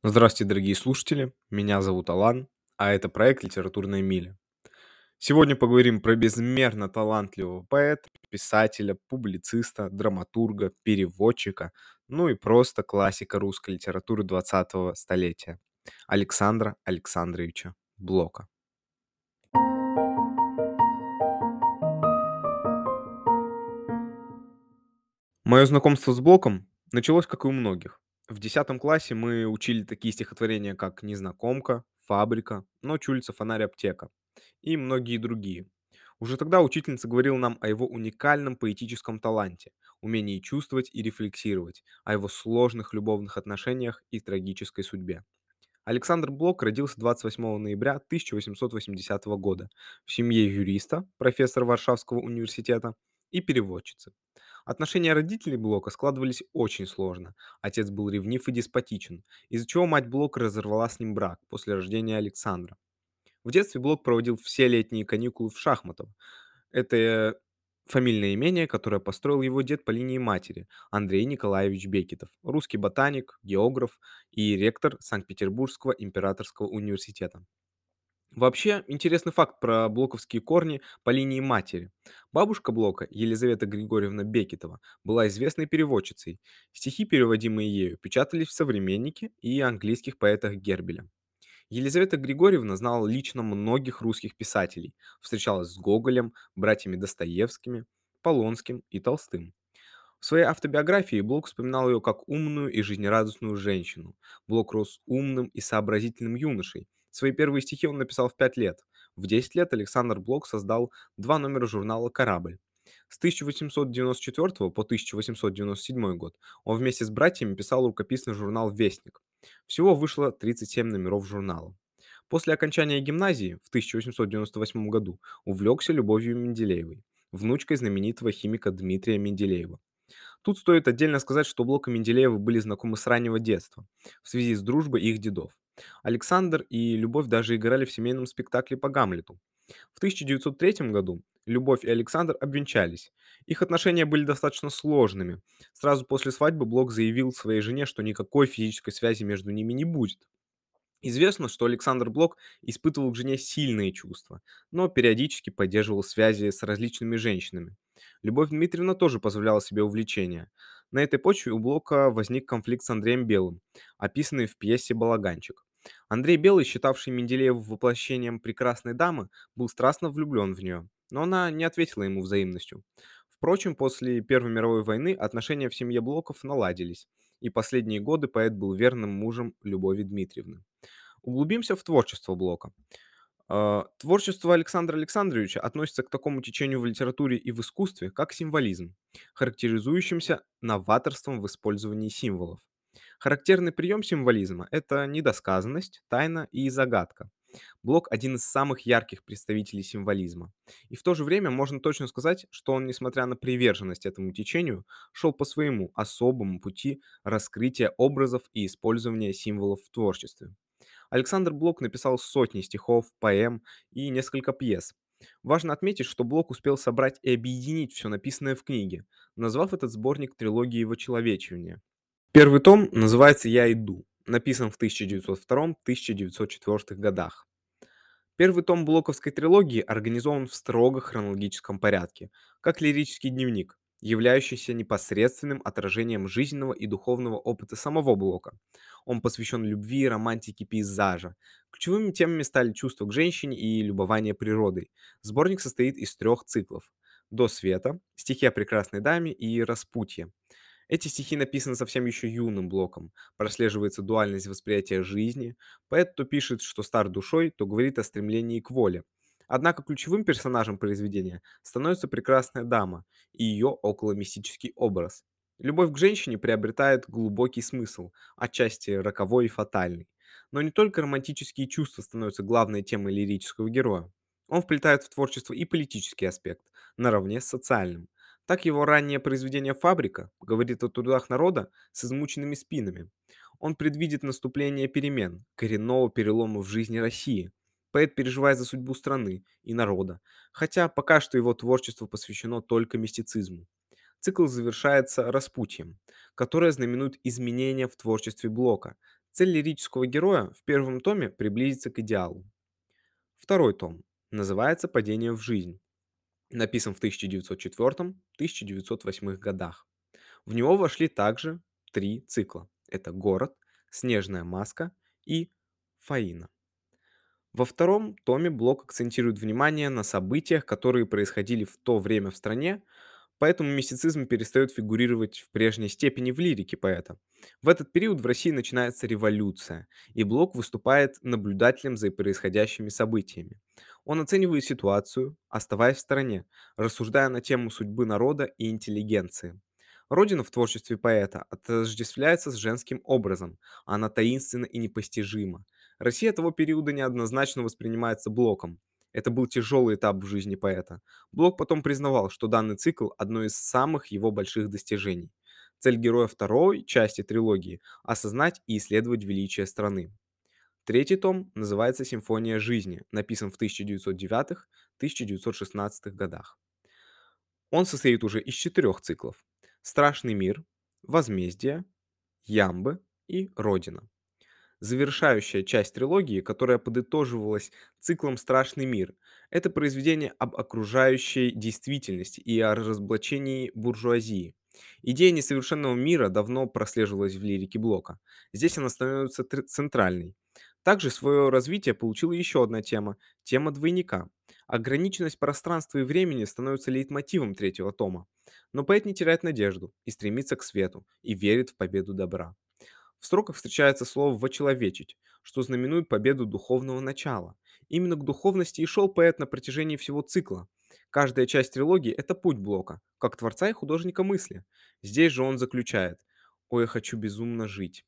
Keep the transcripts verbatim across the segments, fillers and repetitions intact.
Здравствуйте, дорогие слушатели. Меня зовут Алан, а это проект «Литературная миля». Сегодня поговорим про безмерно талантливого поэта, писателя, публициста, драматурга, переводчика, ну и просто классика русской литературы двадцатого столетия Александра Александровича Блока. Мое знакомство с Блоком началось, как и у многих. В десятом классе мы учили такие стихотворения, как «Незнакомка», «Фабрика», «Ночь, улица, фонарь, аптека» и многие другие. Уже тогда учительница говорила нам о его уникальном поэтическом таланте, умении чувствовать и рефлексировать, о его сложных любовных отношениях и трагической судьбе. Александр Блок родился двадцать восьмого ноября тысяча восемьсот восьмидесятого года в семье юриста, профессора Варшавского университета и переводчицы. Отношения родителей Блока складывались очень сложно. Отец был ревнив и деспотичен, из-за чего мать Блока разорвала с ним брак после рождения Александра. В детстве Блок проводил все летние каникулы в Шахматово. Это э, фамильное имение, которое построил его дед по линии матери, Андрей Николаевич Бекетов, русский ботаник, географ и ректор Санкт-Петербургского императорского университета. Вообще, интересный факт про блоковские корни по линии матери. Бабушка Блока, Елизавета Григорьевна Бекетова, была известной переводчицей. Стихи, переводимые ею, печатались в «Современнике» и английских поэтах Гербеля. Елизавета Григорьевна знала лично многих русских писателей, встречалась с Гоголем, братьями Достоевскими, Полонским и Толстым. В своей автобиографии Блок вспоминал ее как умную и жизнерадостную женщину. Блок рос умным и сообразительным юношей. Свои первые стихи он написал в пять лет. В десять лет Александр Блок создал два номера журнала «Корабль». С тысяча восемьсот девяносто четвёртого по тысяча восемьсот девяносто седьмой год он вместе с братьями писал рукописный журнал «Вестник». Всего вышло тридцать семь номеров журнала. После окончания гимназии в тысяча восемьсот девяносто восьмом году увлекся любовью Менделеевой, внучкой знаменитого химика Дмитрия Менделеева. Тут стоит отдельно сказать, что Блок и Менделеева были знакомы с раннего детства, в связи с дружбой их дедов. Александр и Любовь даже играли в семейном спектакле по Гамлету. В тысяча девятьсот третьем году Любовь и Александр обвенчались. Их отношения были достаточно сложными. Сразу после свадьбы Блок заявил своей жене, что никакой физической связи между ними не будет. Известно, что Александр Блок испытывал к жене сильные чувства, но периодически поддерживал связи с различными женщинами. Любовь Дмитриевна тоже позволяла себе увлечения. На этой почве у Блока возник конфликт с Андреем Белым, описанный в пьесе «Балаганчик». Андрей Белый, считавший Менделееву воплощением прекрасной дамы, был страстно влюблен в нее, но она не ответила ему взаимностью. Впрочем, после Первой мировой войны отношения в семье Блоков наладились, и последние годы поэт был верным мужем Любови Дмитриевны. Углубимся в творчество Блока. А, Творчество Александра Александровича относится к такому течению в литературе и в искусстве, как символизм, характеризующимся новаторством в использовании символов. Характерный прием символизма — это недосказанность, тайна и загадка. Блок — один из самых ярких представителей символизма. И в то же время можно точно сказать, что он, несмотря на приверженность этому течению, шел по своему особому пути раскрытия образов и использования символов в творчестве. Александр Блок написал сотни стихов, поэм и несколько пьес. Важно отметить, что Блок успел собрать и объединить все написанное в книге, назвав этот сборник трилогией «Вочеловечивания». Первый том называется «Я иду», написан в тысяча девятьсот втором — тысяча девятьсот четвёртом годах. Первый том блоковской трилогии организован в строго хронологическом порядке, как лирический дневник, являющийся непосредственным отражением жизненного и духовного опыта самого Блока. Он посвящен любви, романтике пейзажа. Ключевыми темами стали чувства к женщине и любование природой. Сборник состоит из трех циклов: «До света», «Стихи о прекрасной даме» и «Распутье». Эти стихи написаны совсем еще юным Блоком, прослеживается дуальность восприятия жизни. Поэт то пишет, что стар душой, то говорит о стремлении к воле. Однако ключевым персонажем произведения становится прекрасная дама и ее околомистический образ. Любовь к женщине приобретает глубокий смысл, отчасти роковой и фатальный. Но не только романтические чувства становятся главной темой лирического героя. Он вплетает в творчество и политический аспект, наравне с социальным. Так его раннее произведение «Фабрика» говорит о трудах народа с измученными спинами. Он предвидит наступление перемен, коренного перелома в жизни России. Поэт переживает за судьбу страны и народа, хотя пока что его творчество посвящено только мистицизму. Цикл завершается распутьем, которое знаменует изменения в творчестве Блока. Цель лирического героя в первом томе приблизиться к идеалу. Второй том называется «Падение в жизнь», написан в тысяча девятьсот четвёртом — тысяча девятьсот восьмом годах. В него вошли также три цикла. Это «Город», «Снежная маска» и «Фаина». Во втором томе Блок акцентирует внимание на событиях, которые происходили в то время в стране, поэтому мистицизм перестает фигурировать в прежней степени в лирике поэта. В этот период в России начинается революция, и Блок выступает наблюдателем за происходящими событиями. Он оценивает ситуацию, оставаясь в стороне, рассуждая на тему судьбы народа и интеллигенции. Родина в творчестве поэта отождествляется с женским образом, она таинственна и непостижима. Россия того периода неоднозначно воспринимается Блоком. Это был тяжелый этап в жизни поэта. Блок потом признавал, что данный цикл — одно из самых его больших достижений. Цель героя второй части трилогии — осознать и исследовать величие страны. Третий том называется «Симфония жизни», написан в тысяча девятьсот девятом — тысяча девятьсот шестнадцатом годах. Он состоит уже из четырех циклов: «Страшный мир», «Возмездие», «Ямбы» и «Родина». Завершающая часть трилогии, которая подытоживалась циклом «Страшный мир», это произведение об окружающей действительности и о разоблачении буржуазии. Идея несовершенного мира давно прослеживалась в лирике Блока. Здесь она становится тр- центральной. Также свое развитие получила еще одна тема — тема двойника. Ограниченность пространства и времени становится лейтмотивом третьего тома. Но поэт не теряет надежду и стремится к свету, и верит в победу добра. В строках встречается слово «вочеловечить», что знаменует победу духовного начала. Именно к духовности и шел поэт на протяжении всего цикла. Каждая часть трилогии — это путь Блока, как творца и художника мысли. Здесь же он заключает: «Ой, я хочу безумно жить».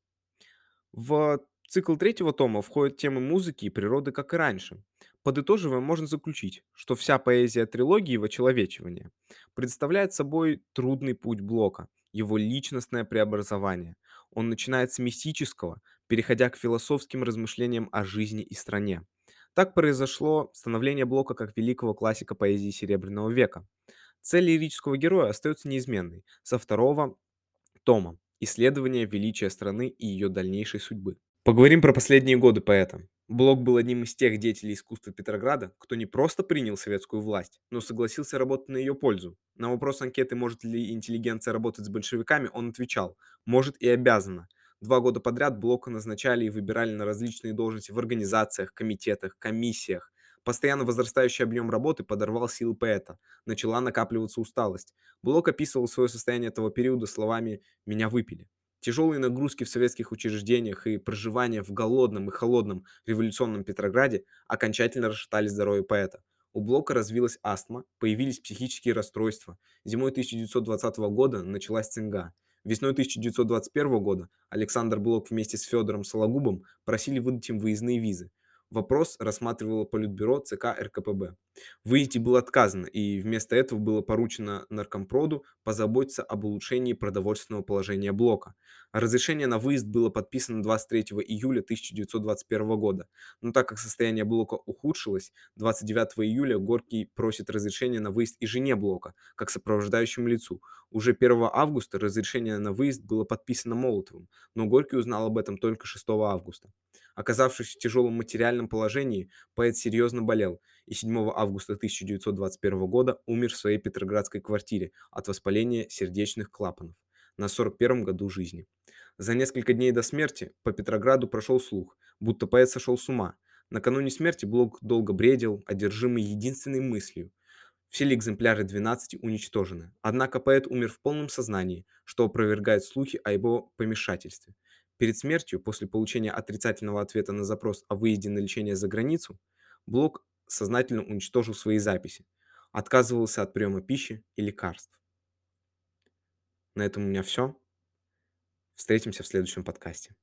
В цикл третьего тома входят темы музыки и природы, как и раньше. Подытоживая, можно заключить, что вся поэзия трилогии «Вочеловечивание» представляет собой трудный путь Блока, его личностное преобразование. Он начинает с мистического, переходя к философским размышлениям о жизни и стране. Так произошло становление Блока как великого классика поэзии Серебряного века. Цель лирического героя остается неизменной. Со второго тома — исследование величия страны и ее дальнейшей судьбы. Поговорим про последние годы поэта. Блок был одним из тех деятелей искусства Петрограда, кто не просто принял советскую власть, но согласился работать на ее пользу. На вопрос анкеты, может ли интеллигенция работать с большевиками, он отвечал: может и обязана. Два года подряд Блока назначали и выбирали на различные должности в организациях, комитетах, комиссиях. Постоянно возрастающий объем работы подорвал силы поэта. Начала накапливаться усталость. Блок описывал свое состояние этого периода словами «меня выпили». Тяжелые нагрузки в советских учреждениях и проживание в голодном и холодном революционном Петрограде окончательно расшатали здоровье поэта. У Блока развилась астма, появились психические расстройства. Зимой тысяча девятьсот двадцатого года началась цинга. Весной тысяча девятьсот двадцать первого года Александр Блок вместе с Федором Сологубом просили выдать им выездные визы. Вопрос рассматривало Политбюро ЦК РКПБ. Выйти было отказано, и вместо этого было поручено Наркомпроду позаботиться об улучшении продовольственного положения Блока. Разрешение на выезд было подписано двадцать третьего июля тысяча девятьсот двадцать первого года, но так как состояние Блока ухудшилось, двадцать девятого июля Горький просит разрешения на выезд и жене Блока, как сопровождающему лицу. Уже первого августа разрешение на выезд было подписано Молотовым, но Горький узнал об этом только шестого августа. Оказавшись в тяжелом материальном положении, поэт серьезно болел и седьмого августа тысяча девятьсот двадцать первого года умер в своей петроградской квартире от воспаления сердечных клапанов на сорок первом году жизни. За несколько дней до смерти по Петрограду прошел слух, будто поэт сошел с ума. Накануне смерти Блок долго бредил, одержимый единственной мыслью — все ли экземпляры двенадцати уничтожены. Однако поэт умер в полном сознании, что опровергает слухи о его помешательстве. Перед смертью, после получения отрицательного ответа на запрос о выезде на лечение за границу, Блок сознательно уничтожил свои записи, отказывался от приема пищи и лекарств. На этом у меня все. Встретимся в следующем подкасте.